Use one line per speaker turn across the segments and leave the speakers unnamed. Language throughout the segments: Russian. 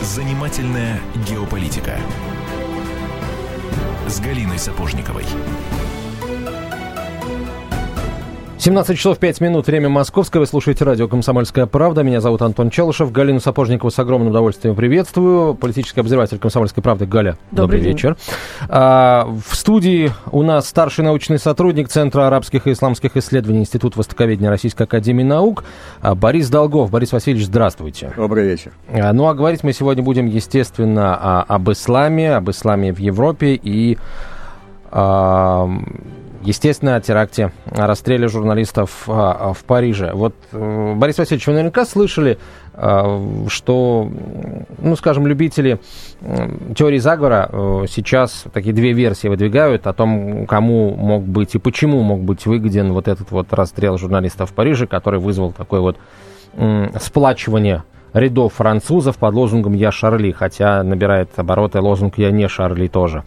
Занимательная геополитика с Галиной Сапожниковой.
17 часов 5 минут, время московское. Вы слушаете радио «Комсомольская правда». Меня зовут Антон Челышев. Галину Сапожникову с огромным удовольствием приветствую. Политический обозреватель «Комсомольской правды». Галя, добрый вечер. В студии у нас старший научный сотрудник Центра арабских и исламских исследований Института востоковедения Российской академии наук Борис Долгов. Борис Васильевич, здравствуйте.
Добрый вечер.
Ну, а говорить мы сегодня будем, естественно, об исламе в Европе и... естественно, о теракте, о расстреле журналистов в Париже. Вот, Борис Васильевич, вы наверняка слышали, что, ну, скажем, любители теории заговора сейчас такие две версии выдвигают о том, кому мог быть и почему мог быть выгоден вот этот вот расстрел журналистов в Париже, который вызвал такое вот сплачивание рядов французов под лозунгом «Я Шарли», хотя набирает обороты лозунг «Я не Шарли» тоже.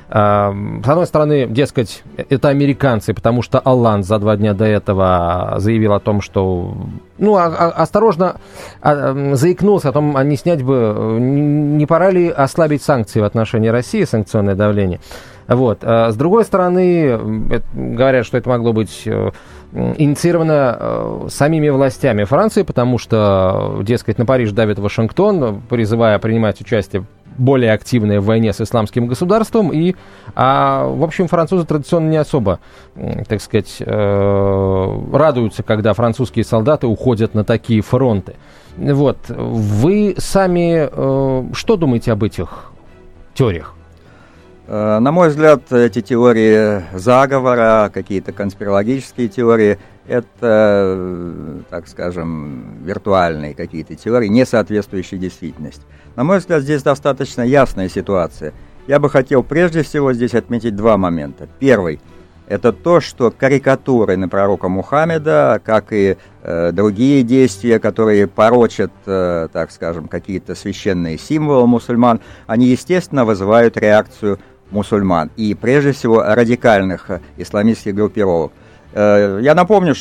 С одной стороны, дескать, это американцы, потому что Олланд за 2 дня до этого заявил о том, что, ну, осторожно заикнулся о том, а не снять бы, не пора ли ослабить санкции в отношении России, санкционное давление. Вот. С другой стороны, говорят, что это могло быть инициировано самими властями Франции, потому что, дескать, на Париж давит Вашингтон, призывая принимать участие более активные в войне с исламским государством, и, в общем, французы традиционно не особо, так сказать, радуются, когда французские солдаты уходят на такие фронты. Вот. Вы сами что думаете об этих теориях?
На мой взгляд, эти теории заговора, какие-то конспирологические теории, это, так скажем, виртуальные какие-то теории, не соответствующие действительности. На мой взгляд, здесь достаточно ясная ситуация. Я бы хотел прежде всего здесь отметить 2 момента. Первый – это то, что карикатуры на пророка Мухаммеда, как и другие действия, которые порочат, так скажем, какие-то священные символы мусульман, они, естественно, вызывают реакцию мусульман и, прежде всего, радикальных исламистских группировок. Я напомню,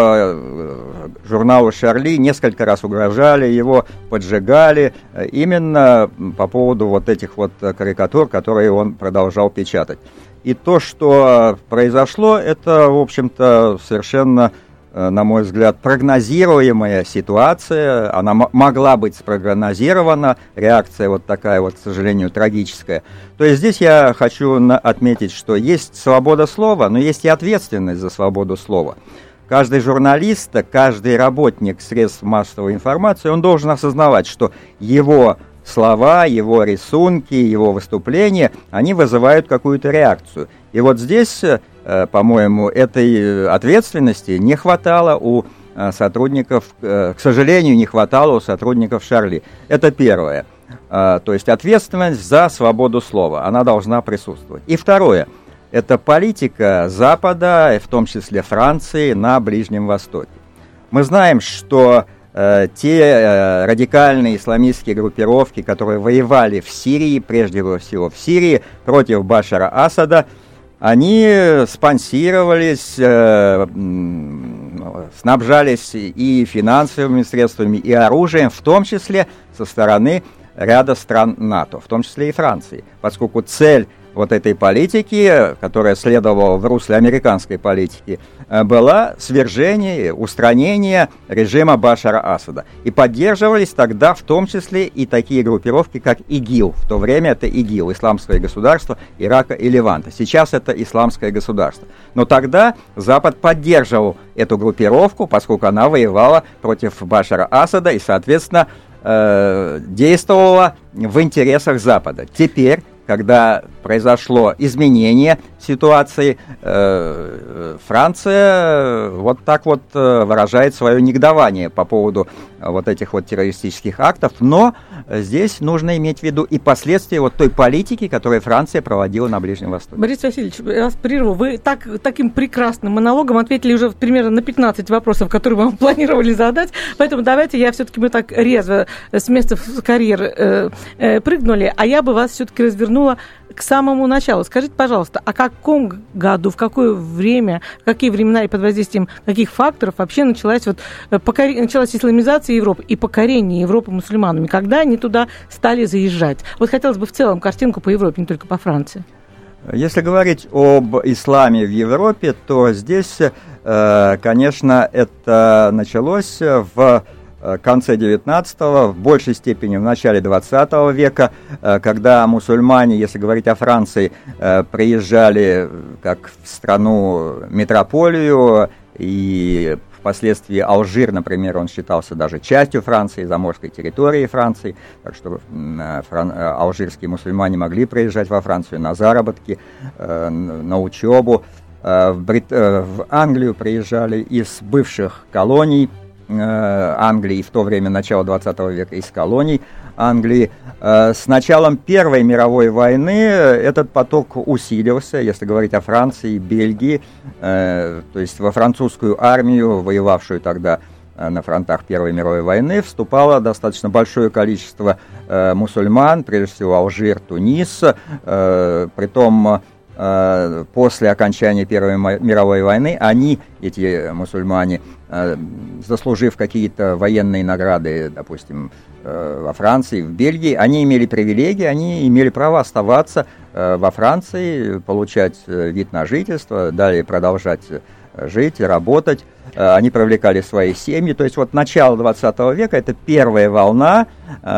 что журналу «Шарли» несколько раз угрожали, его поджигали именно по поводу вот этих вот карикатур, которые он продолжал печатать. И то, что произошло, это, в общем-то, совершенно, на мой взгляд, прогнозируемая ситуация. Она могла быть спрогнозирована, реакция вот такая вот, к сожалению, трагическая. То есть здесь я хочу отметить, что есть свобода слова, но есть и ответственность за свободу слова. Каждый журналист, каждый работник средств массовой информации, он должен осознавать, что его слова, его рисунки, его выступления, они вызывают какую-то реакцию. И вот здесь, по-моему, этой ответственности не хватало у сотрудников, к сожалению, не хватало у сотрудников «Шарли». Это первое. То есть ответственность за свободу слова, она должна присутствовать. И второе, это политика Запада, в том числе Франции, на Ближнем Востоке. Мы знаем, что те радикальные исламистские группировки, которые воевали в Сирии, прежде всего в Сирии, против Башара Асада, они спонсировались, снабжались и финансовыми средствами, и оружием, в том числе со стороны ряда стран НАТО, в том числе и Франции, поскольку цель вот этой политики, которая следовала в русле американской политики, была свержение, устранение режима Башара Асада. И поддерживались тогда в том числе и такие группировки, как ИГИЛ. В то время это ИГИЛ, Исламское государство Ирака и Леванта. Сейчас это Исламское государство. Но тогда Запад поддерживал эту группировку, поскольку она воевала против Башара Асада и, соответственно, действовала в интересах Запада. Теперь, когда произошло изменение ситуации, Франция вот так вот выражает свое негодование по поводу вот этих вот террористических актов, но здесь нужно иметь в виду и последствия вот той политики, которую Франция проводила на Ближнем Востоке.
Борис Васильевич, я вас прерву. Вы таким прекрасным монологом ответили уже примерно на 15 вопросов, которые мы вам планировали задать, поэтому давайте мы так резво с места в карьер прыгнули, а я бы вас все-таки развернула к самому началу. Скажите, пожалуйста, о каком году, в какое время, в какие времена и под воздействием каких факторов вообще началась исламизация Европы и покорение Европы мусульманами? Когда они туда стали заезжать? Вот хотелось бы в целом картинку по Европе, не только по Франции.
Если говорить об исламе в Европе, то здесь, конечно, это началось в конце 19-го, в большей степени в начале 20 века, когда мусульмане, если говорить о Франции, приезжали как в страну-метрополию, и впоследствии Алжир, например, он считался даже частью Франции, заморской территории Франции, так что алжирские мусульмане могли приезжать во Францию на заработки, на учебу. В Англию приезжали из бывших колоний Англии, в то время, начало 20 века, из колоний Англии. С началом Первой мировой войны этот поток усилился, если говорить о Франции и Бельгии, то есть во французскую армию, воевавшую тогда на фронтах Первой мировой войны, вступало достаточно большое количество мусульман, прежде всего Алжир, Тунис, притом после окончания Первой мировой войны эти мусульмане, заслужив какие-то военные награды, допустим, во Франции, в Бельгии, они имели привилегии, они имели право оставаться во Франции, получать вид на жительство, далее продолжать жить и работать. Они привлекали свои семьи. То есть вот начало 20 века – это первая волна.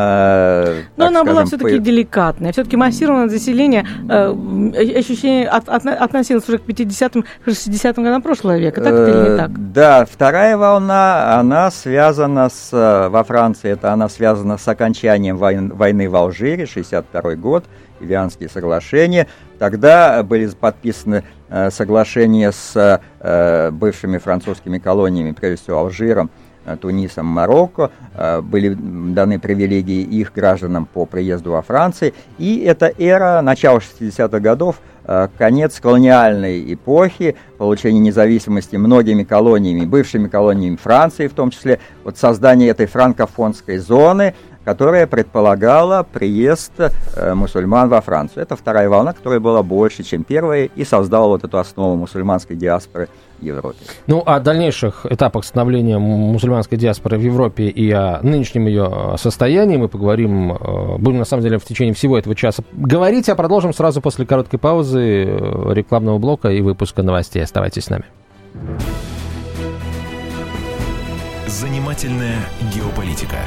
Но она была все-таки деликатная. Все-таки массированное заселение, ощущение относилось уже к 50-м, 60-м годам прошлого века. Так это или не так? Да, вторая волна, она связана во Франции, она связана с окончанием войны в Алжире, 62 год, Эвианские соглашения. Тогда были подписаны соглашения с бывшими французскими колониями, прежде всего Алжиром, Тунисом, Марокко. Были даны привилегии их гражданам по приезду во Францию. И это эра начала 60-х годов, конец колониальной эпохи, получение независимости многими колониями, бывшими колониями Франции в том числе, вот создание этой франкофонской зоны, которая предполагала приезд мусульман во Францию. Это вторая волна, которая была больше, чем первая, и создала вот эту основу мусульманской диаспоры в Европе.
Ну, о дальнейших этапах становления мусульманской диаспоры в Европе и о нынешнем ее состоянии мы поговорим, будем, на самом деле, в течение всего этого часа говорить, а продолжим сразу после короткой паузы, рекламного блока и выпуска новостей. Оставайтесь с нами.
Занимательная геополитика.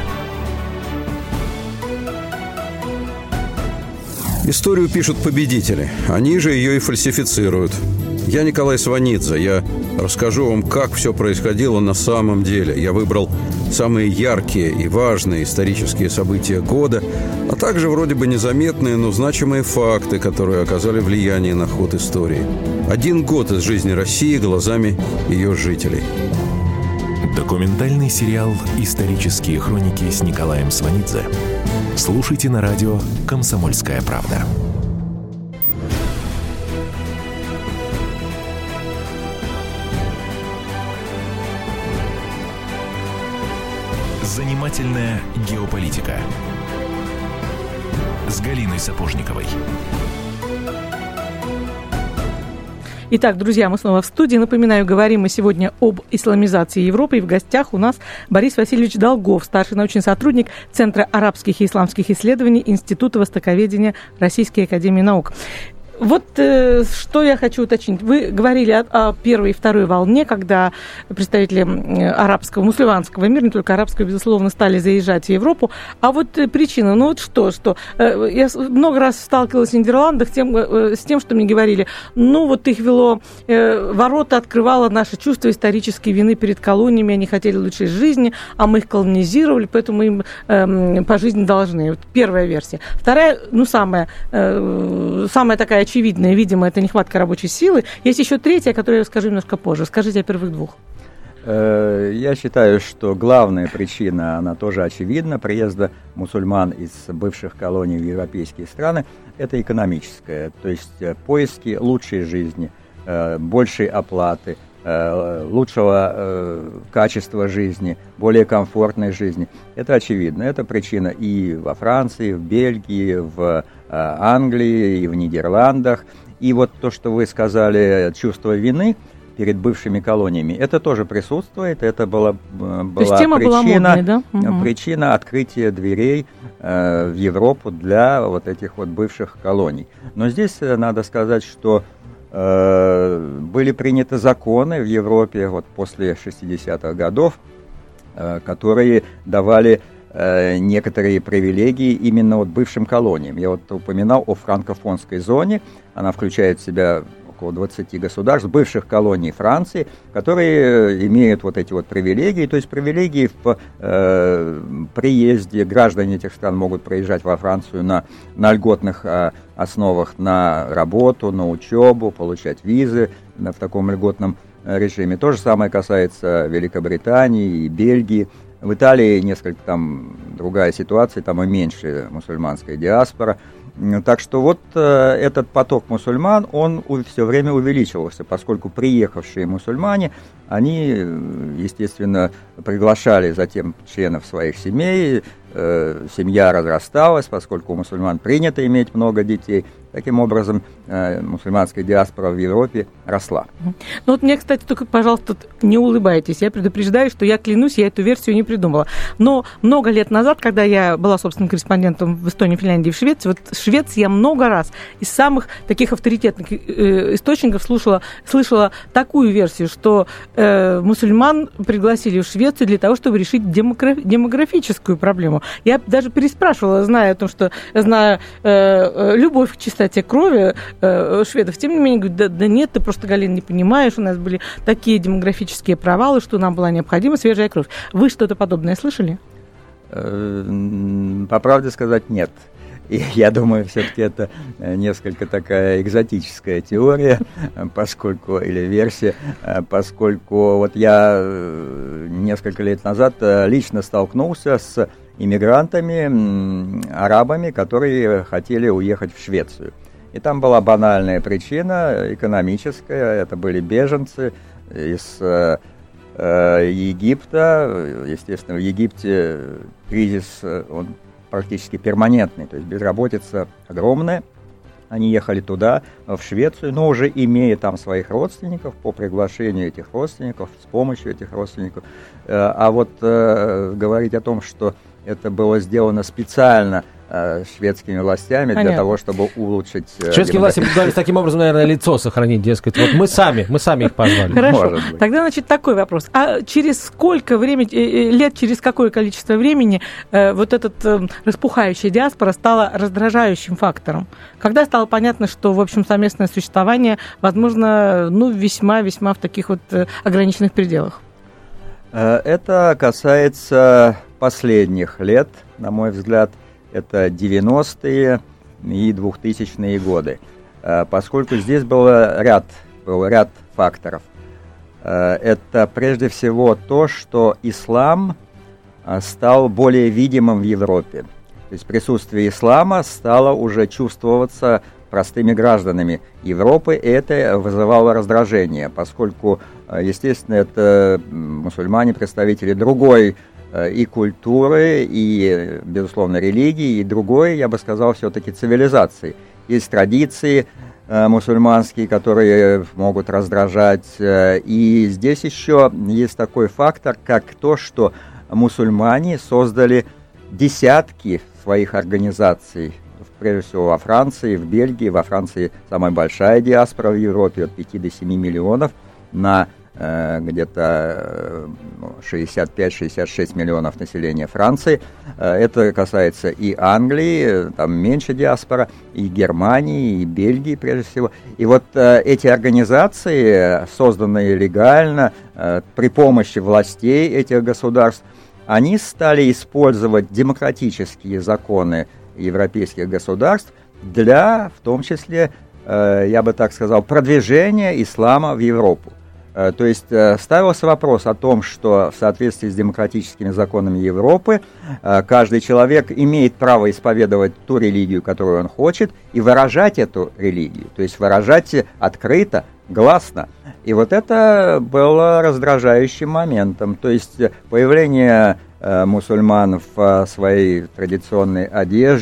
Историю пишут победители, они же ее и фальсифицируют. Я Николай Сванидзе, я расскажу вам, как все происходило на самом деле. Я выбрал самые яркие и важные исторические события года, а также вроде бы незаметные, но значимые факты, которые оказали влияние на ход истории. 1 год из жизни России глазами ее жителей.
Документальный сериал «Исторические хроники» с Николаем Сванидзе. Слушайте на радио «Комсомольская правда». Занимательная геополитика с Галиной Сапожниковой.
Итак, друзья, мы снова в студии. Напоминаю, говорим мы сегодня об исламизации Европы. И в гостях у нас Борис Васильевич Долгов, старший научный сотрудник Центра арабских и исламских исследований Института востоковедения Российской академии наук. Вот что я хочу уточнить. Вы говорили о первой и второй волне, когда представители арабского, мусульманского мира, не только арабского, безусловно, стали заезжать в Европу. А вот причина, ну вот что? Я много раз сталкивалась в Нидерландах с тем, что мне говорили, ну вот их вело, ворота открывало наше чувство исторической вины перед колониями, они хотели лучшей жизни, а мы их колонизировали, поэтому им по жизни должны. Вот первая версия. Вторая, ну самая такая очевидная, видимо, это нехватка рабочей силы. Есть еще третья, которую я расскажу немножко позже. Скажите о первых двух.
Я считаю, что главная причина, она тоже очевидна, приезда мусульман из бывших колоний в европейские страны, это экономическая, то есть поиски лучшей жизни, большей оплаты, лучшего качества жизни, более комфортной жизни. Это очевидно. Это причина и во Франции, в Бельгии, в Англии, и в Нидерландах. И вот то, что вы сказали, чувство вины перед бывшими колониями, это тоже присутствует. Это была причина, да? Причина открытия дверей в Европу для вот этих вот бывших колоний. Но здесь надо сказать, что были приняты законы в Европе вот после 60-х годов, которые давали некоторые привилегии именно вот бывшим колониям. Я вот упоминал о франкофонской зоне, она включает в себя около 20 государств, бывших колоний Франции, которые имеют вот эти вот привилегии, то есть привилегии в приезде, граждане этих стран могут приезжать во Францию на льготных основах на работу, на учебу, получать визы в таком льготном режиме. То же самое касается Великобритании и Бельгии. В Италии несколько там другая ситуация, там и меньше мусульманская диаспора. Так что вот этот поток мусульман, он все время увеличивался, поскольку приехавшие мусульмане, они, естественно, приглашали затем членов своих семей, семья разрасталась, поскольку у мусульман принято иметь много детей. Таким образом, мусульманская диаспора в Европе росла.
Ну вот мне, кстати, только, пожалуйста, не улыбайтесь. Я предупреждаю, что я клянусь, я эту версию не придумала. Но много лет назад, когда я была собственным корреспондентом в Эстонии, Финляндии и в Швеции, вот в Швеции я много раз из самых таких авторитетных источников слышала такую версию, что мусульман пригласили в Швецию для того, чтобы решить демографическую проблему. Я даже переспрашивала, зная о том, что знаю любовь к чистоте крови шведов, тем не менее, говорю, да нет, ты просто, Галина, не понимаешь, у нас были такие демографические провалы, что нам была необходима свежая кровь. Вы что-то подобное слышали?
По правде сказать, нет. И я думаю, все-таки это несколько такая экзотическая теория, поскольку, или версия, поскольку вот я несколько лет назад лично столкнулся с иммигрантами, арабами, которые хотели уехать в Швецию. И там была банальная причина, экономическая, это были беженцы из Египта. Естественно, в Египте кризис, он практически перманентный, то есть безработица огромная. Они ехали туда, в Швецию, но уже имея там своих родственников, по приглашению этих родственников, с помощью этих родственников. А вот говорить о том, что это было сделано специально шведскими властями для того, чтобы улучшить...
Шведские власти пытались таким образом, наверное, лицо сохранить, дескать, вот мы сами их позвали.
Хорошо, тогда, значит, такой вопрос. А через сколько лет, через какое количество времени вот эта распухающая диаспора стала раздражающим фактором? Когда стало понятно, что, в общем, совместное существование возможно, весьма-весьма в таких вот ограниченных пределах?
Это касается последних лет, на мой взгляд. Это 90-е и 2000-е годы, поскольку здесь был ряд факторов. Это прежде всего то, что ислам стал более видимым в Европе. То есть присутствие ислама стало уже чувствоваться простыми гражданами Европы, и это вызывало раздражение, поскольку, естественно, это мусульмане, представители другой и культуры, и, безусловно, религии, и другой, я бы сказал, все-таки цивилизации. Есть традиции мусульманские, которые могут раздражать, и здесь еще есть такой фактор, как то, что мусульмане создали десятки своих организаций, прежде всего во Франции, в Бельгии. Во Франции самая большая диаспора в Европе, от 5 до 7 миллионов, на где-то 65-66 миллионов населения Франции. Это касается и Англии, там меньше диаспора, и Германии, и Бельгии прежде всего. И вот эти организации, созданные легально, при помощи властей этих государств, они стали использовать демократические законы европейских государств для, в том числе, я бы так сказал, продвижения ислама в Европу. То есть ставился вопрос о том, что в соответствии с демократическими законами Европы каждый человек имеет право исповедовать ту религию, которую он хочет, и выражать эту религию, то есть выражать открыто, гласно. И вот это было раздражающим моментом. То есть появление мусульман в своей традиционной одежде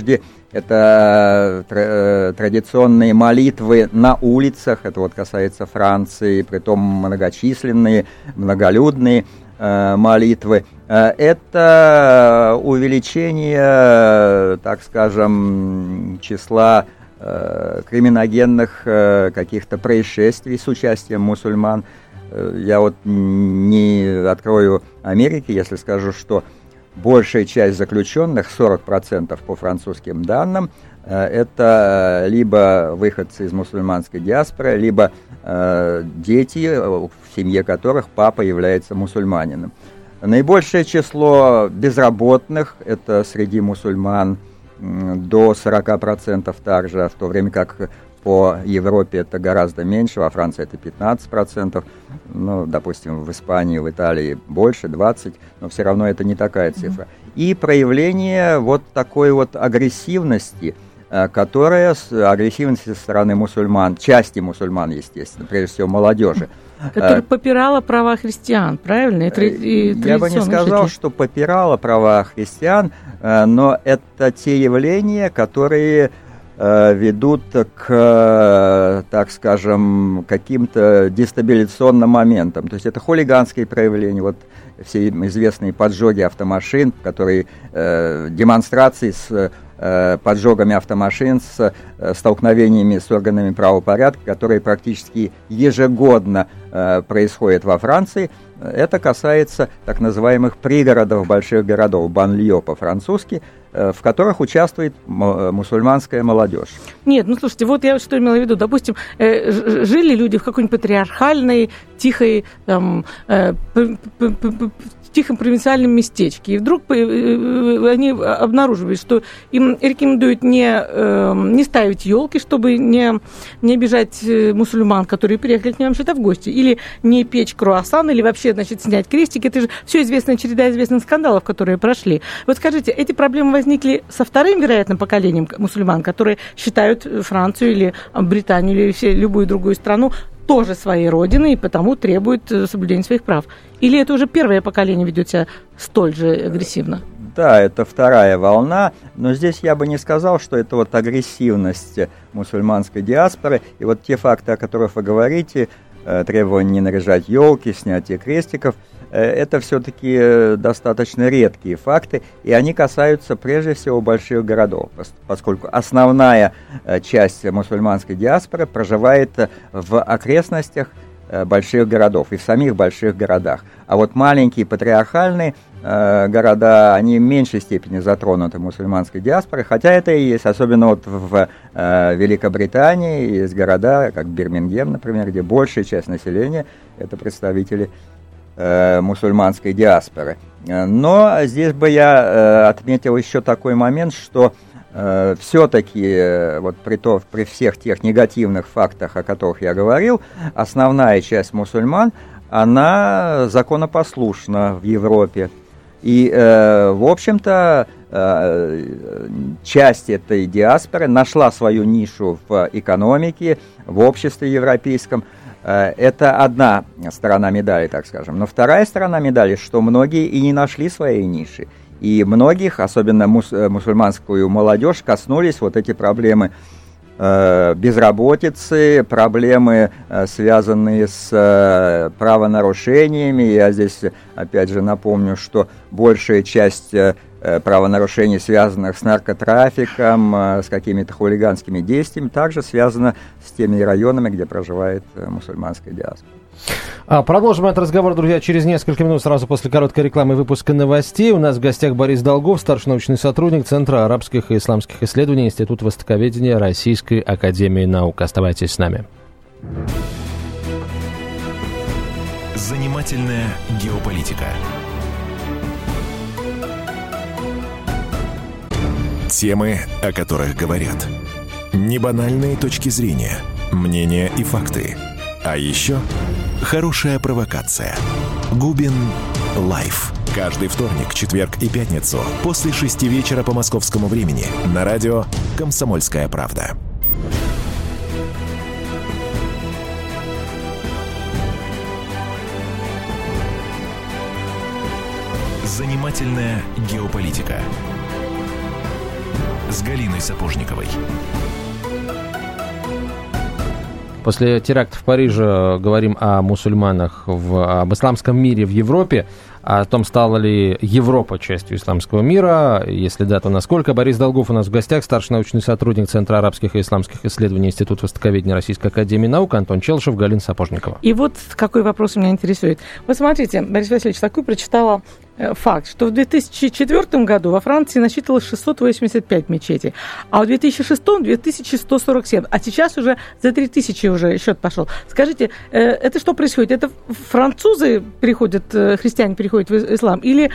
это традиционные молитвы на улицах, это вот касается Франции, притом многочисленные, многолюдные молитвы. Это увеличение, так скажем, числа криминогенных каких-то происшествий с участием мусульман. Я вот не открою Америки, если скажу, что большая часть заключенных, 40% по французским данным, это либо выходцы из мусульманской диаспоры, либо дети, в семье которых папа является мусульманином. Наибольшее число безработных – это среди мусульман до 40% также, в то время как по Европе это гораздо меньше, во Франции это 15%, ну, допустим, в Испании, в Италии больше, 20%, но все равно это не такая цифра. И проявление вот такой вот агрессивности, агрессивности со стороны мусульман, части мусульман, естественно, прежде всего молодежи.
Которая попирала права христиан, правильно?
Я бы не сказал, что попирала права христиан, но это те явления, которые ведут к, так скажем, каким-то дестабилизационным моментам. То есть это хулиганские проявления, вот все известные поджоги автомашин, которые демонстрации с поджогами автомашин, с столкновениями с органами правопорядка, которые практически ежегодно происходят во Франции. Это касается так называемых пригородов больших городов, банлиё по-французски, в которых участвует мусульманская молодежь.
Нет, ну слушайте, вот я что имела в виду. Допустим, жили люди в какой-нибудь патриархальной, тихой, тихом провинциальном местечке, и вдруг они обнаруживают, что им рекомендуют не ставить елки, чтобы не обижать мусульман, которые приехали к ним вообще-то в гости, или не печь круассан, или вообще, значит, снять крестики. Это же все известная череда известных скандалов, которые прошли. Вот скажите, эти проблемы возникли со вторым, вероятно, поколением мусульман, которые считают Францию или Британию или любую другую страну тоже своей родиной и потому требуют соблюдения своих прав? Или это уже первое поколение ведет себя столь же агрессивно?
Да, это вторая волна, но здесь я бы не сказал, что это вот агрессивность мусульманской диаспоры. И вот те факты, о которых вы говорите, требование не наряжать елки, снятие крестиков, это все-таки достаточно редкие факты, и они касаются прежде всего больших городов, поскольку основная часть мусульманской диаспоры проживает в окрестностях больших городов и в самих больших городах. А вот маленькие патриархальные города, они в меньшей степени затронуты мусульманской диаспорой, хотя это и есть, особенно вот в Великобритании есть города, как Бирмингем, например, где большая часть населения – это представители мусульманской диаспоры. Но здесь бы я отметил еще такой момент, что все-таки вот при всех тех негативных фактах, о которых я говорил, основная часть мусульман, она законопослушна в Европе. И, в общем-то, часть этой диаспоры нашла свою нишу в экономике, в обществе европейском. Это одна сторона медали, так скажем. Но вторая сторона медали, что многие и не нашли своей ниши. И многих, особенно мусульманскую молодежь, коснулись вот эти проблемы безработицы, проблемы, связанные с правонарушениями. Я здесь, опять же, напомню, что большая часть правонарушений, связанных с наркотрафиком, с какими-то хулиганскими действиями, также связана с теми районами, где проживает мусульманская диаспора.
Продолжим этот разговор, друзья, через несколько минут, сразу после короткой рекламы и выпуска новостей. У нас в гостях Борис Долгов, старший научный сотрудник Центра арабских и исламских исследований Института востоковедения Российской академии наук. Оставайтесь с нами.
Занимательная геополитика. Темы, о которых говорят. Небанальные точки зрения, мнения и факты. А еще хорошая провокация. Губин Лайф. Каждый вторник, четверг и пятницу после 6 вечера по московскому времени на радио «Комсомольская правда». Занимательная геополитика. с Галиной Сапожниковой.
После теракта в Париже говорим о мусульманах, об исламском мире в Европе, о том, стала ли Европа частью исламского мира, если да, то насколько. Борис Долгов у нас в гостях, старший научный сотрудник Центра арабских и исламских исследований Института востоковедения Российской академии наук, Антон Челшев, Галина Сапожникова.
И вот какой вопрос меня интересует. Вот смотрите, Борис Васильевич, такую прочитала факт, что в 2004 году во Франции насчитывалось 685 мечетей, а в 2006 – 2147, а сейчас уже за 3000 уже счет пошел. Скажите, это что происходит? Это французы приходят, христиане приходят в ислам, или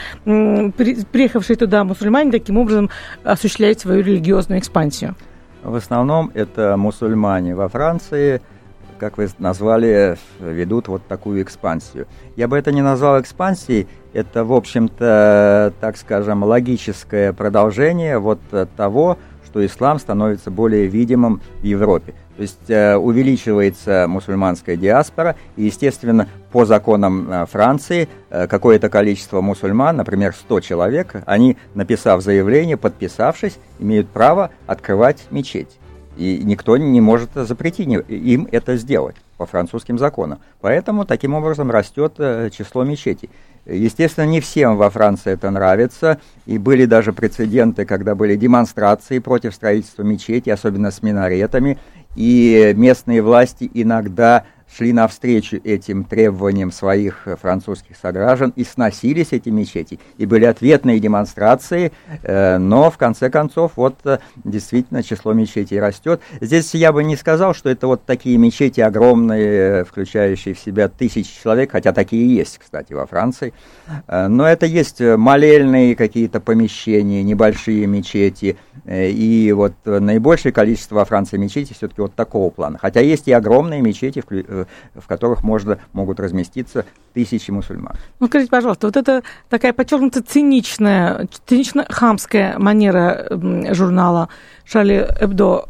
приехавшие туда мусульмане таким образом осуществляют свою религиозную экспансию?
В основном это мусульмане во Франции, как вы назвали, ведут вот такую экспансию. Я бы это не назвал экспансией, это, в общем-то, так скажем, логическое продолжение вот того, что ислам становится более видимым в Европе. То есть увеличивается мусульманская диаспора, и, естественно, по законам Франции какое-то количество мусульман, например, 100 человек, они, написав заявление, подписавшись, имеют право открывать мечеть. И никто не может запретить им это сделать по французским законам. Поэтому таким образом растет число мечетей. Естественно, не всем во Франции это нравится, и были даже прецеденты, когда были демонстрации против строительства мечети, особенно с минаретами, и местные власти иногда шли навстречу этим требованиям своих французских сограждан и сносились эти мечети. И были ответные демонстрации, но в конце концов вот действительно число мечетей растет. Здесь я бы не сказал, что это вот такие мечети огромные, включающие в себя 1000 человек, хотя такие есть, кстати, во Франции. Но это есть молельные какие-то помещения, небольшие мечети, и вот наибольшее количество во Франции мечетей все-таки вот такого плана. Хотя есть и огромные мечети, в которых могут разместиться 1000 мусульман.
Ну, скажите, пожалуйста, вот это такая подчеркнуто цинично-хамская манера журнала «Шарли Эбдо»,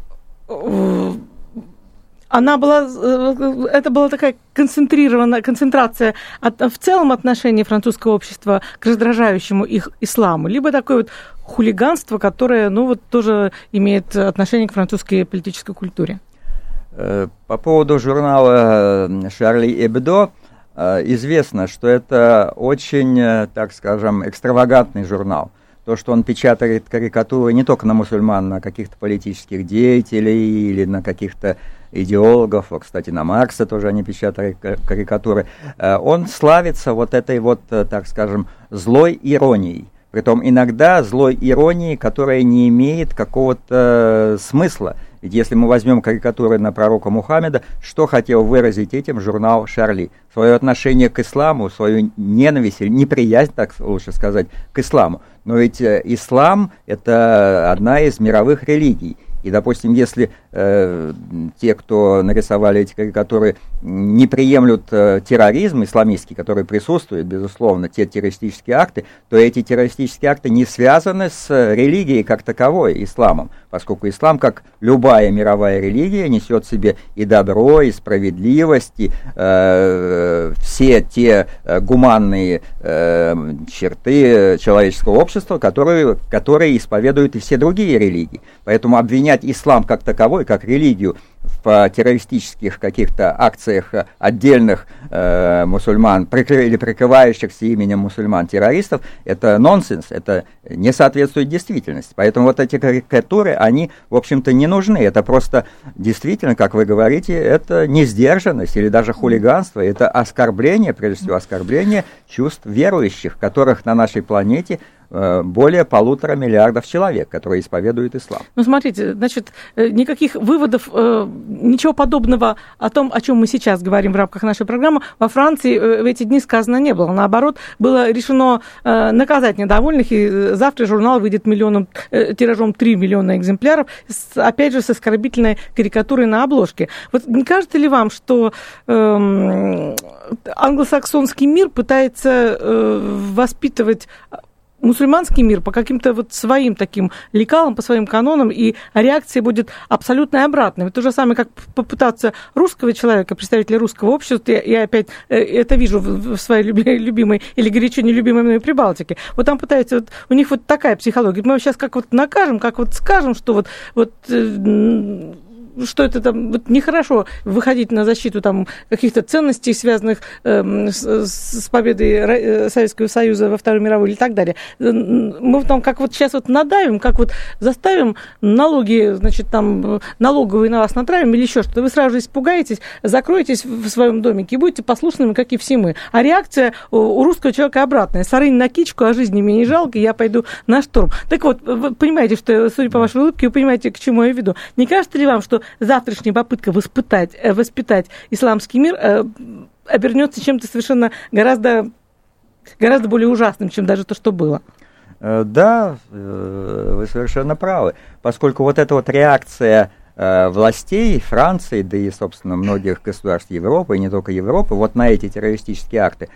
это была такая концентрация в целом отношения французского общества к раздражающему их исламу, либо такое вот хулиганство, которое, тоже имеет отношение к французской политической культуре.
По поводу журнала «Шарли Эбдо» известно, что это очень, так скажем, экстравагантный журнал. То, что он печатает карикатуры не только на мусульман, на каких-то политических деятелей или на каких-то идеологов, кстати, на Маркса тоже они печатали карикатуры, он славится вот этой вот, так скажем, злой иронией. Притом иногда злой иронии, которая не имеет какого-то смысла. Ведь если мы возьмем карикатуры на пророка Мухаммеда, что хотел выразить этим журнал «Шарли»? Свое отношение к исламу, свою ненависть, неприязнь, так лучше сказать, к исламу. Но ведь ислам – это одна из мировых религий. И, допустим, если те, кто нарисовали эти карикатуры, не приемлют терроризм исламистский, который присутствует, безусловно, те террористические акты, то эти террористические акты не связаны с религией как таковой, исламом, поскольку ислам, как любая мировая религия, несет в себе и добро, и справедливость, и все те гуманные черты человеческого общества, которые исповедуют и все другие религии. Поэтому обвинять ислам как таковой, как религию, в террористических каких-то акциях отдельных мусульман, или прикрывающихся именем мусульман-террористов, это нонсенс, это не соответствует действительности. Поэтому вот эти карикатуры, они, в общем-то, не нужны. Это просто действительно, как вы говорите, это несдержанность или даже хулиганство, это оскорбление, прежде всего, оскорбление чувств верующих, которых на нашей планете более 1,5 миллиарда человек, которые исповедуют ислам.
Ну, смотрите, значит, никаких выводов, ничего подобного о том, о чем мы сейчас говорим в рамках нашей программы, во Франции в эти дни сказано не было. Наоборот, было решено наказать недовольных, и завтра журнал выйдет тиражом 3 миллиона экземпляров, опять же, с оскорбительной карикатурой на обложке. Вот не кажется ли вам, что англосаксонский мир пытается воспитывать мусульманский мир по каким-то вот своим таким лекалам, по своим канонам, и реакция будет абсолютно обратной. То же самое, как попытаться русского человека, представителя русского общества, я опять это вижу в своей любимой или горячо нелюбимой мной Прибалтике. Вот там пытаются, вот, у них вот такая психология. Мы сейчас как вот накажем, как вот скажем, что что это там вот нехорошо выходить на защиту там каких-то ценностей, связанных с победой Советского Союза во Второй мировой или так далее. Мы там как вот сейчас вот надавим, как вот заставим налоги, значит, там налоговые на вас натравим или еще что-то. Вы сразу же испугаетесь, закроетесь в своем домике и будете послушными, как и все мы. А реакция у русского человека обратная. Сарынь на кичку, а жизни мне не жалко, я пойду на штурм. Так вот, вы понимаете, что, судя по вашей улыбке, вы понимаете, к чему я веду. Не кажется ли вам, что завтрашняя попытка воспитать исламский мир обернется чем-то совершенно гораздо более ужасным, чем даже то, что было?
Да, вы совершенно правы, поскольку вот эта вот реакция властей Франции, да и, собственно, многих государств Европы, и не только Европы, вот на эти террористические акты,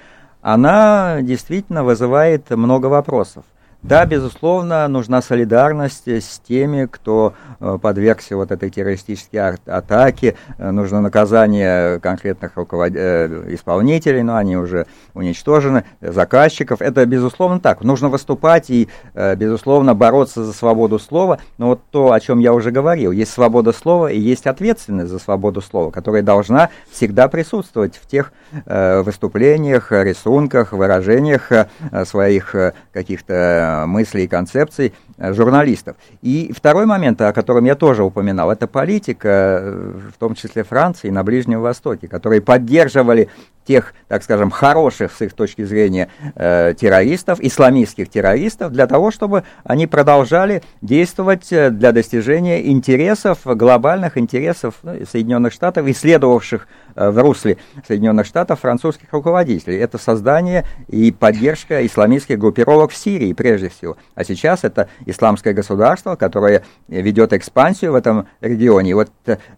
она действительно вызывает много вопросов. Да, безусловно, нужна солидарность с теми, кто подвергся вот этой террористической атаке, нужно наказание конкретных исполнителей, но они уже уничтожены, заказчиков. Это, безусловно, так. Нужно выступать и, безусловно, бороться за свободу слова, но вот то, о чем я уже говорил, есть свобода слова и есть ответственность за свободу слова, которая должна всегда присутствовать в тех выступлениях, рисунках, выражениях своих каких-то мыслей и концепций журналистов. И второй момент, о котором я тоже упоминал, это политика, в том числе Франции, на Ближнем Востоке, которые поддерживали тех, так скажем, хороших с их точки зрения террористов, исламистских террористов, для того, чтобы они продолжали действовать для достижения интересов, глобальных интересов Соединенных Штатов, исследовавших в русле Соединенных Штатов французских руководителей. Это создание и поддержка исламистских группировок в Сирии, прежде всего. А сейчас это исламское государство, которое ведет экспансию в этом регионе. И вот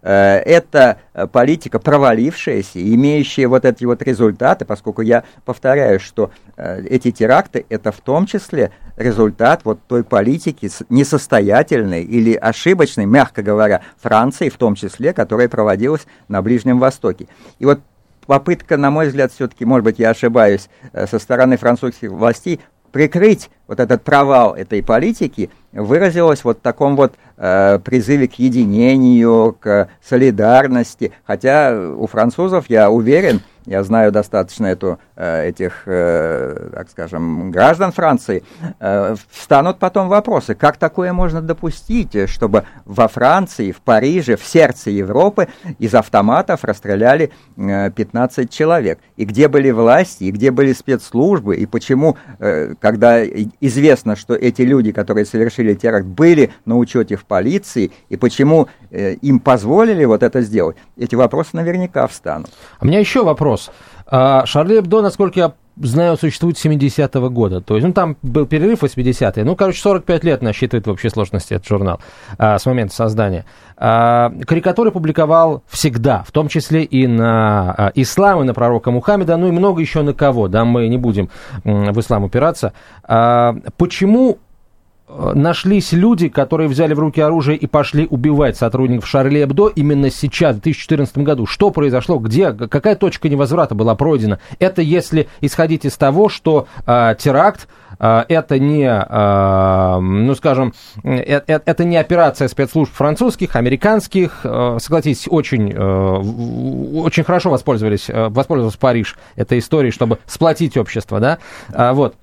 эта политика, провалившаяся, имеющая вот эти вот результаты, поскольку я повторяю, что эти теракты, это в том числе результат вот той политики несостоятельной или ошибочной, мягко говоря, Франции, в том числе, которая проводилась на Ближнем Востоке. И вот попытка, на мой взгляд, все-таки, может быть, я ошибаюсь, со стороны французских властей прикрыть вот этот провал этой политики выразилась вот в таком вот призыве к единению, к солидарности. Хотя у французов, я уверен, я знаю достаточно этих, так скажем, граждан Франции, встанут потом вопросы, как такое можно допустить, чтобы во Франции, в Париже, в сердце Европы из автоматов расстреляли 15 человек. И где были власти, и где были спецслужбы, и почему, когда известно, что эти люди, которые совершили теракт, были на учете в полиции, и почему им позволили вот это сделать, эти вопросы наверняка встанут.
У меня еще вопрос. Шарли Эбдо, насколько я знаю, существует с 70-го года. То есть, там был перерыв в 80-е. 45 лет насчитывает в общей сложности этот журнал с момента создания. Карикатуры публиковал всегда, в том числе и на ислам, и на пророка Мухаммеда, и много еще на кого. Да, мы не будем в ислам упираться. Почему нашлись люди, которые взяли в руки оружие и пошли убивать сотрудников Шарли Эбдо именно сейчас, в 2014 году? Что произошло? Где? Какая точка невозврата была пройдена? Это если исходить из того, что теракт это не, это не операция спецслужб французских, американских. Согласитесь, очень хорошо воспользовался Париж этой историей, чтобы сплотить общество, да? Вот.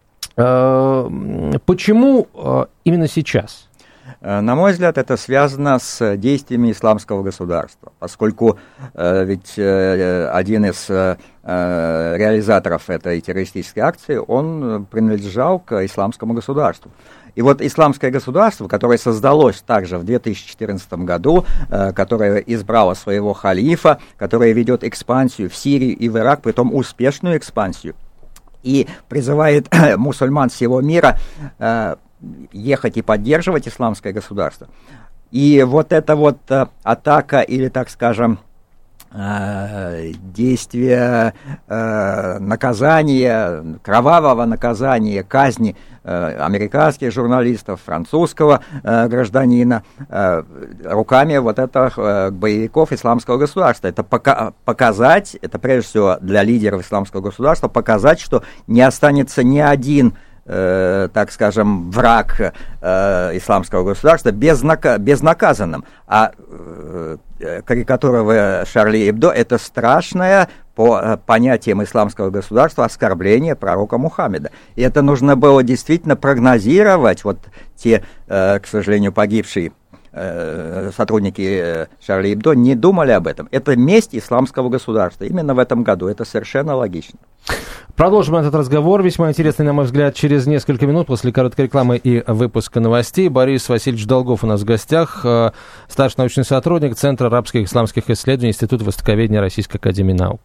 Почему именно сейчас?
На мой взгляд, это связано с действиями исламского государства, поскольку ведь один из реализаторов этой террористической акции, он принадлежал к исламскому государству. И вот исламское государство, которое создалось также в 2014 году, которое избрало своего халифа, которое ведет экспансию в Сирию и в Ирак, притом успешную экспансию, и призывает мусульман всего мира ехать и поддерживать исламское государство. И вот эта вот атака или, так скажем, действия наказания, кровавого наказания, казни американских журналистов, французского гражданина руками вот этих боевиков исламского государства. Это показать, это прежде всего для лидеров исламского государства, показать, что не останется ни один, так скажем, враг исламского государства безнаказанным. А карикатура в Шарли Эбдо — это страшное, по понятиям исламского государства, оскорбление пророка Мухаммеда. И это нужно было действительно прогнозировать. Вот те, к сожалению, погибшие сотрудники Шарли Эбдо не думали об этом. Это месть исламского государства. Именно в этом году. Это совершенно логично.
Продолжим этот разговор, весьма интересный, на мой взгляд, через несколько минут после короткой рекламы и выпуска новостей. Борис Васильевич Долгов у нас в гостях, старший научный сотрудник Центра арабских и исламских исследований Института востоковедения Российской академии наук.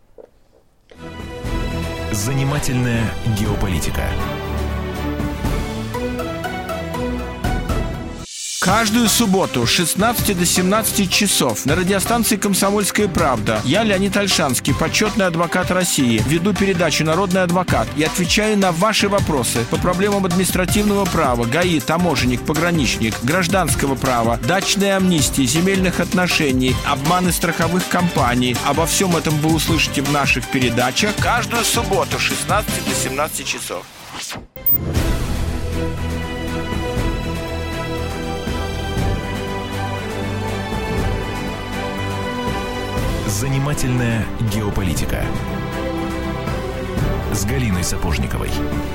Занимательная геополитика.
Каждую субботу с 16 до 17 часов на радиостанции «Комсомольская правда» я, Леонид Ольшанский, почетный адвокат России, веду передачу «Народный адвокат» и отвечаю на ваши вопросы по проблемам административного права, ГАИ, таможенник, пограничник, гражданского права, дачной амнистии, земельных отношений, обманы страховых компаний. Обо всем этом вы услышите в наших передачах каждую субботу с 16 до 17 часов.
Занимательная геополитика с Галиной Сапожниковой.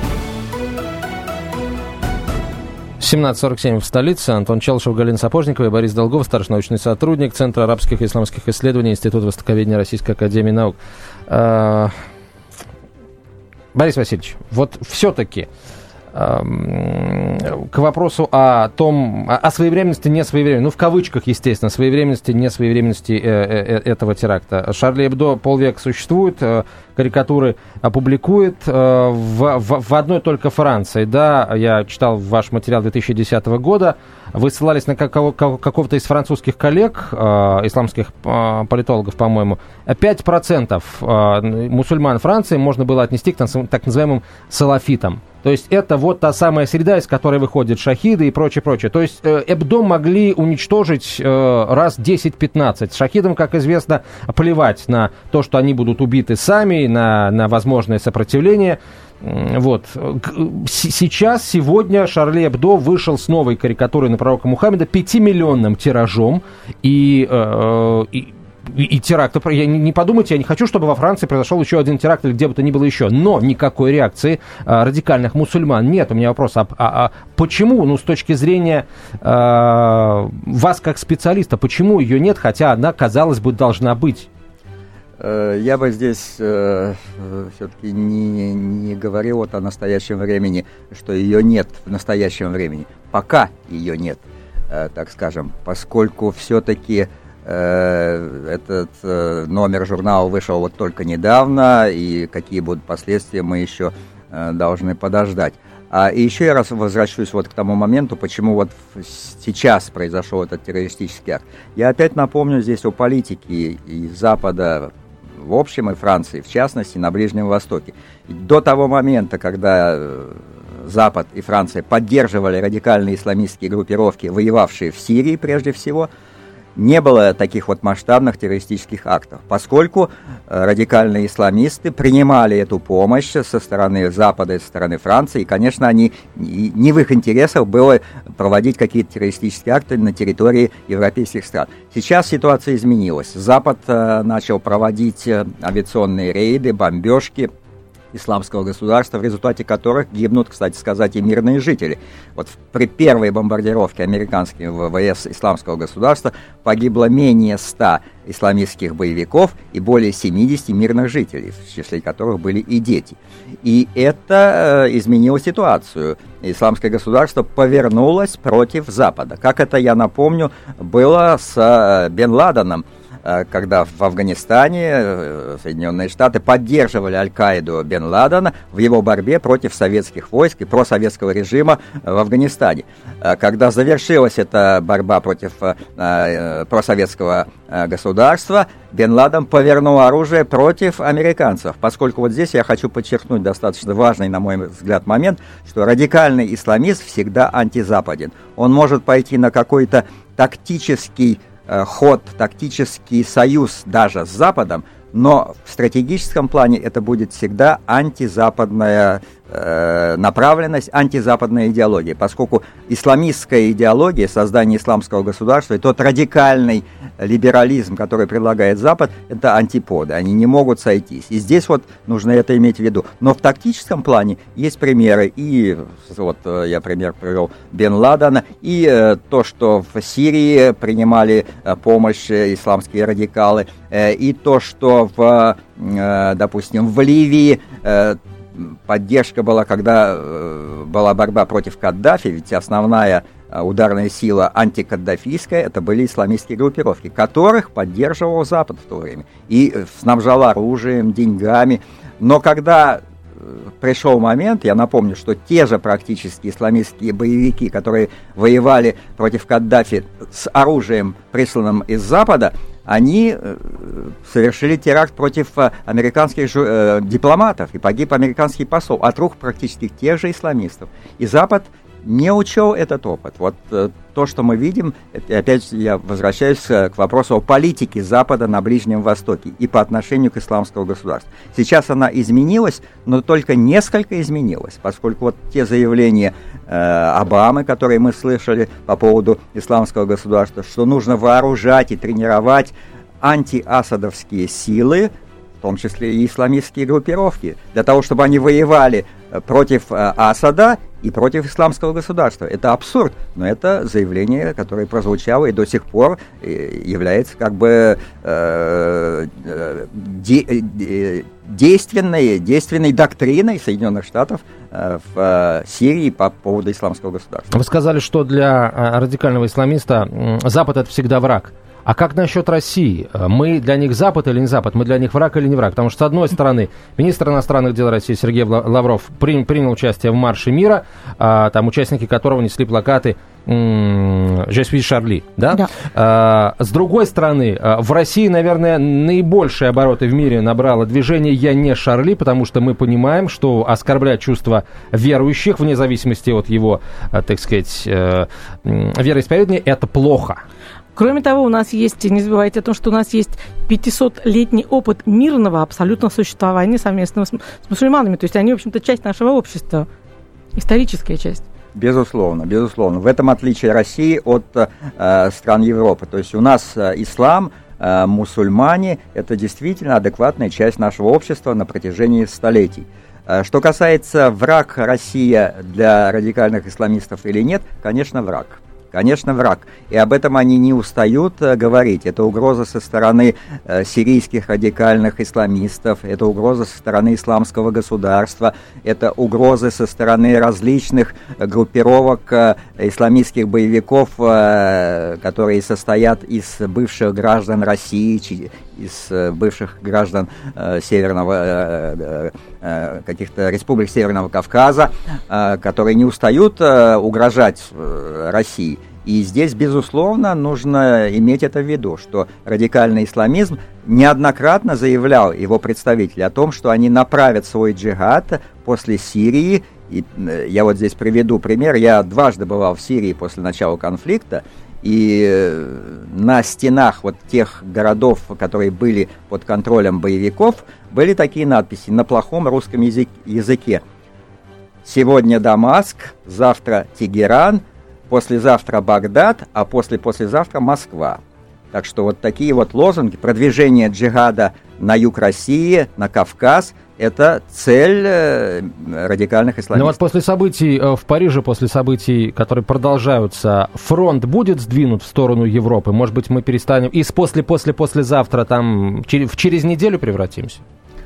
17:47 в столице. Антон Челшев, Галина Сапожникова и Борис Долгов, старший научный сотрудник Центра арабских и исламских исследований Института востоковедения Российской академии наук. Борис Васильевич, вот все-таки к вопросу о том, о своевременности, несвоевременности, ну, в кавычках, естественно, своевременности, несвоевременности этого теракта. Шарли Эбдо полвека существует, карикатуры опубликует в одной только Франции. Да, я читал ваш материал 2010 года, вы ссылались на какого-то из французских коллег, исламских политологов, по-моему, 5% мусульман Франции можно было отнести к так называемым салафитам. То есть это вот та самая среда, из которой выходят шахиды и прочее, прочее. То есть Эбдо могли уничтожить раз 10-15. Шахидам, как известно, плевать на то, что они будут убиты сами, на возможное сопротивление. Вот. Сегодня Шарли Эбдо вышел с новой карикатурой на пророка Мухаммеда 5-миллионным тиражом. И теракт. Не подумайте, я не хочу, чтобы во Франции произошел еще один теракт или где бы то ни было еще. Но никакой реакции радикальных мусульман нет. У меня вопрос, почему, ну, с точки зрения вас как специалиста, почему ее нет, хотя она, казалось бы, должна быть?
Я бы здесь все-таки не говорил вот о настоящем времени, что ее нет в настоящем времени. Пока ее нет, так скажем, поскольку все-таки этот номер журнала вышел вот только недавно, и какие будут последствия, мы еще должны подождать. И еще я раз возвращусь вот к тому моменту, почему вот сейчас произошел этот террористический акт. Я опять напомню здесь о политике и Запада в общем, и Франции в частности, на Ближнем Востоке. До того момента, когда Запад и Франция поддерживали радикальные исламистские группировки, воевавшие в Сирии прежде всего, не было таких вот масштабных террористических актов, поскольку радикальные исламисты принимали эту помощь со стороны Запада и со стороны Франции, и, конечно, не в их интересах было проводить какие-то террористические акты на территории европейских стран. Сейчас ситуация изменилась. Запад начал проводить авиационные рейды, бомбежки исламского государства, в результате которых гибнут, кстати сказать, и мирные жители. Вот при первой бомбардировке американским ВВС исламского государства погибло менее 100 исламистских боевиков и более 70 мирных жителей, в числе которых были и дети. И это изменило ситуацию. Исламское государство повернулось против Запада. Как это, я напомню, было с Бен Ладеном когда в Афганистане Соединенные Штаты поддерживали Аль-Каиду Бен Ладена в его борьбе против советских войск и просоветского режима в Афганистане. Когда завершилась эта борьба против просоветского государства, Бен Ладен повернул оружие против американцев, поскольку вот здесь я хочу подчеркнуть достаточно важный, на мой взгляд, момент, что радикальный исламизм всегда антизападен. Он может пойти на какой-то тактический ход, тактический союз даже с Западом, но в стратегическом плане это будет всегда антизападная направленность, антизападная идеология, поскольку исламистская идеология создания исламского государства и тот радикальный либерализм, который предлагает Запад, это антиподы, они не могут сойтись. И здесь вот нужно это иметь в виду. Но в тактическом плане есть примеры, и вот я пример привел Бен Ладена, и то, что в Сирии принимали помощь исламские радикалы, и то, что допустим, в Ливии поддержка была, когда была борьба против Каддафи, ведь основная ударная сила антикаддафийская, это были исламистские группировки, которых поддерживал Запад в то время и снабжал оружием, деньгами. Но когда пришел момент, я напомню, что те же практически исламистские боевики, которые воевали против Каддафи с оружием, присланным из Запада, они совершили теракт против американских дипломатов, и погиб американский посол от рук практически тех же исламистов. И Запад не учел этот опыт. Вот то, что мы видим, опять я возвращаюсь к вопросу о политике Запада на Ближнем Востоке и по отношению к исламскому государству. Сейчас она изменилась, но только несколько изменилась, поскольку вот те заявления Обамы, которые мы слышали по поводу исламского государства, что нужно вооружать и тренировать антиасадовские силы, в том числе и исламистские группировки, для того, чтобы они воевали против Асада и против исламского государства. Это абсурд, но это заявление, которое прозвучало и до сих пор является как бы действенной доктриной Соединенных Штатов в Сирии по поводу исламского государства.
Вы сказали, что для радикального исламиста Запад – это всегда враг. А как насчет России? Мы для них Запад или не Запад? Мы для них враг или не враг? Потому что, с одной стороны, министр иностранных дел России Сергей Лавров принял участие в Марше мира, там участники которого несли плакаты «Je suis Charlie». Да? Да. С другой стороны, в России, наверное, наибольшие обороты в мире набрало движение «Я не Шарли», потому что мы понимаем, что оскорблять чувства верующих, вне зависимости от его, так сказать, вероисповедания, это плохо.
Кроме того, у нас есть, не забывайте о том, что у нас есть 500-летний опыт мирного абсолютного существования совместного с мусульманами. То есть они, в общем-то, часть нашего общества, историческая часть.
Безусловно, безусловно. В этом отличие России от стран Европы. То есть у нас ислам, мусульмане – это действительно адекватная часть нашего общества на протяжении столетий. Что касается враг Россия для радикальных исламистов или нет, конечно, враг. Конечно, враг. И об этом они не устают говорить. Это угроза со стороны сирийских радикальных исламистов, это угроза со стороны исламского государства, это угрозы со стороны различных группировок исламистских боевиков, которые состоят из бывших граждан России, из бывших граждан каких-то республик Северного Кавказа, которые не устают угрожать России. И здесь, безусловно, нужно иметь это в виду, что радикальный исламизм неоднократно заявлял, его представители, о том, что они направят свой джихад после Сирии. И я вот здесь приведу пример. Я дважды бывал в Сирии после начала конфликта, и на стенах вот тех городов, которые были под контролем боевиков, были такие надписи на плохом русском языке. «Сегодня Дамаск, завтра Тегеран, послезавтра Багдад, а послезавтра Москва». Так что вот такие вот лозунги, продвижение джихада на юг России, на Кавказ – это цель радикальных исламистов.
Но вот после событий в Париже, после событий, которые продолжаются, фронт будет сдвинут в сторону Европы? Может быть, мы перестанем и послезавтра там через неделю превратимся?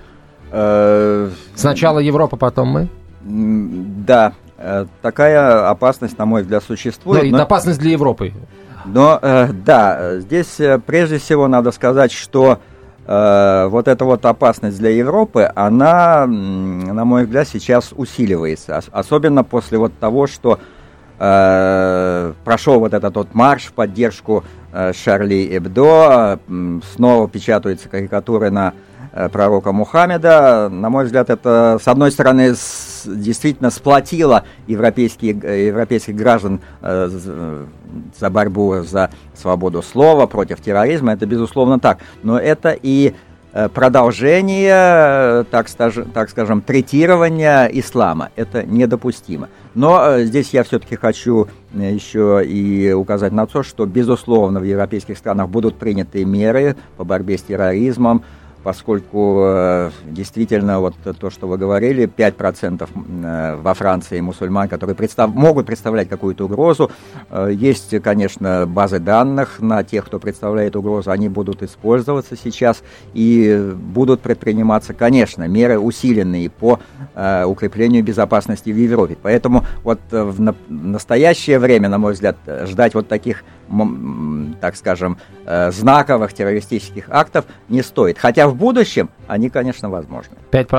Сначала Европа, потом мы?
Да, такая опасность, на мой взгляд, существует.
Но опасность для Европы.
Но, да, здесь прежде всего надо сказать, что вот эта вот опасность для Европы, она, на мой взгляд, сейчас усиливается. Особенно после вот того, что прошел вот этот вот марш в поддержку Шарли Эбдо, снова печатаются карикатуры на пророка Мухаммеда. На мой взгляд, это, с одной стороны, действительно сплотило европейских граждан за борьбу за свободу слова, против терроризма. Это, безусловно, так. Но это и продолжение, так скажем, третирования ислама. Это недопустимо. Но здесь я все-таки хочу еще и указать на то, что, безусловно, в европейских странах будут приняты меры по борьбе с терроризмом, поскольку действительно, вот то, что вы говорили, 5% во Франции мусульман, которые могут представлять какую-то угрозу. Есть, конечно, базы данных на тех, кто представляет угрозу, они будут использоваться сейчас и будут предприниматься, конечно, меры усиленные по укреплению безопасности в Европе. Поэтому вот в настоящее время, на мой взгляд, ждать вот таких, так скажем, знаковых террористических актов не стоит. Хотя в будущем они, конечно, возможны.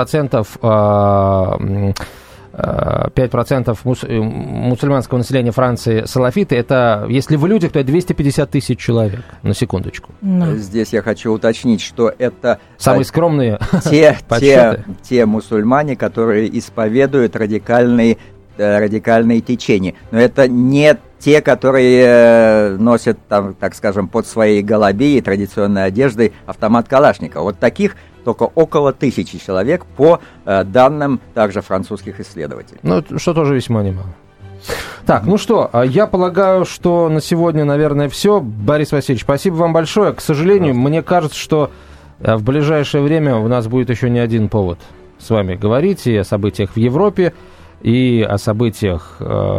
5% мусульманского населения Франции салафиты, это, если в людях, то это 250 тысяч человек, на секундочку.
Здесь я хочу уточнить, что это
самые скромные
те мусульмане, которые исповедуют радикальные течения. Но это не те, которые носят, там, так скажем, под своей голубией традиционной одеждой автомат Калашникова. Вот таких только около 1000 человек, по данным также французских исследователей.
Ну, что тоже весьма немало. Так, ну что, я полагаю, что на сегодня, наверное, все. Борис Васильевич, спасибо вам большое. К сожалению, мне кажется, что в ближайшее время у нас будет еще не один повод с вами говорить и о событиях в Европе, и о событиях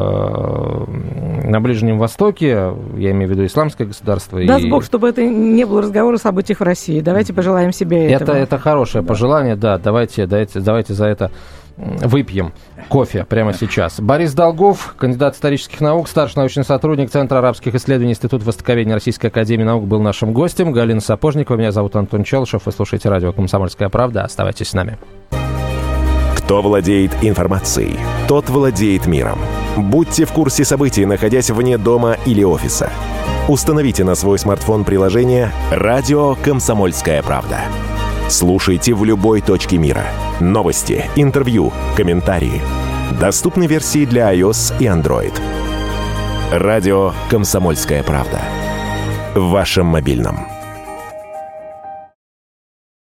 на Ближнем Востоке, я имею в виду исламское государство.
Даст Бог, чтобы это не было разговора о событиях в России. Давайте пожелаем себе этого.
Это хорошее пожелание, да. Давайте за это выпьем кофе прямо сейчас. Борис Долгов, кандидат исторических наук, старший научный сотрудник Центра арабских исследований Института Востоковедения Российской академии наук, был нашим гостем. Галина Сапожникова, меня зовут Антон Челышев. Вы слушаете радио «Комсомольская правда». Оставайтесь с нами.
Кто владеет информацией, тот владеет миром. Будьте в курсе событий, находясь вне дома или офиса. Установите на свой смартфон приложение «Радио Комсомольская правда». Слушайте в любой точке мира. Новости, интервью, комментарии. Доступны версии для iOS и Android. «Радио Комсомольская правда». В вашем мобильном.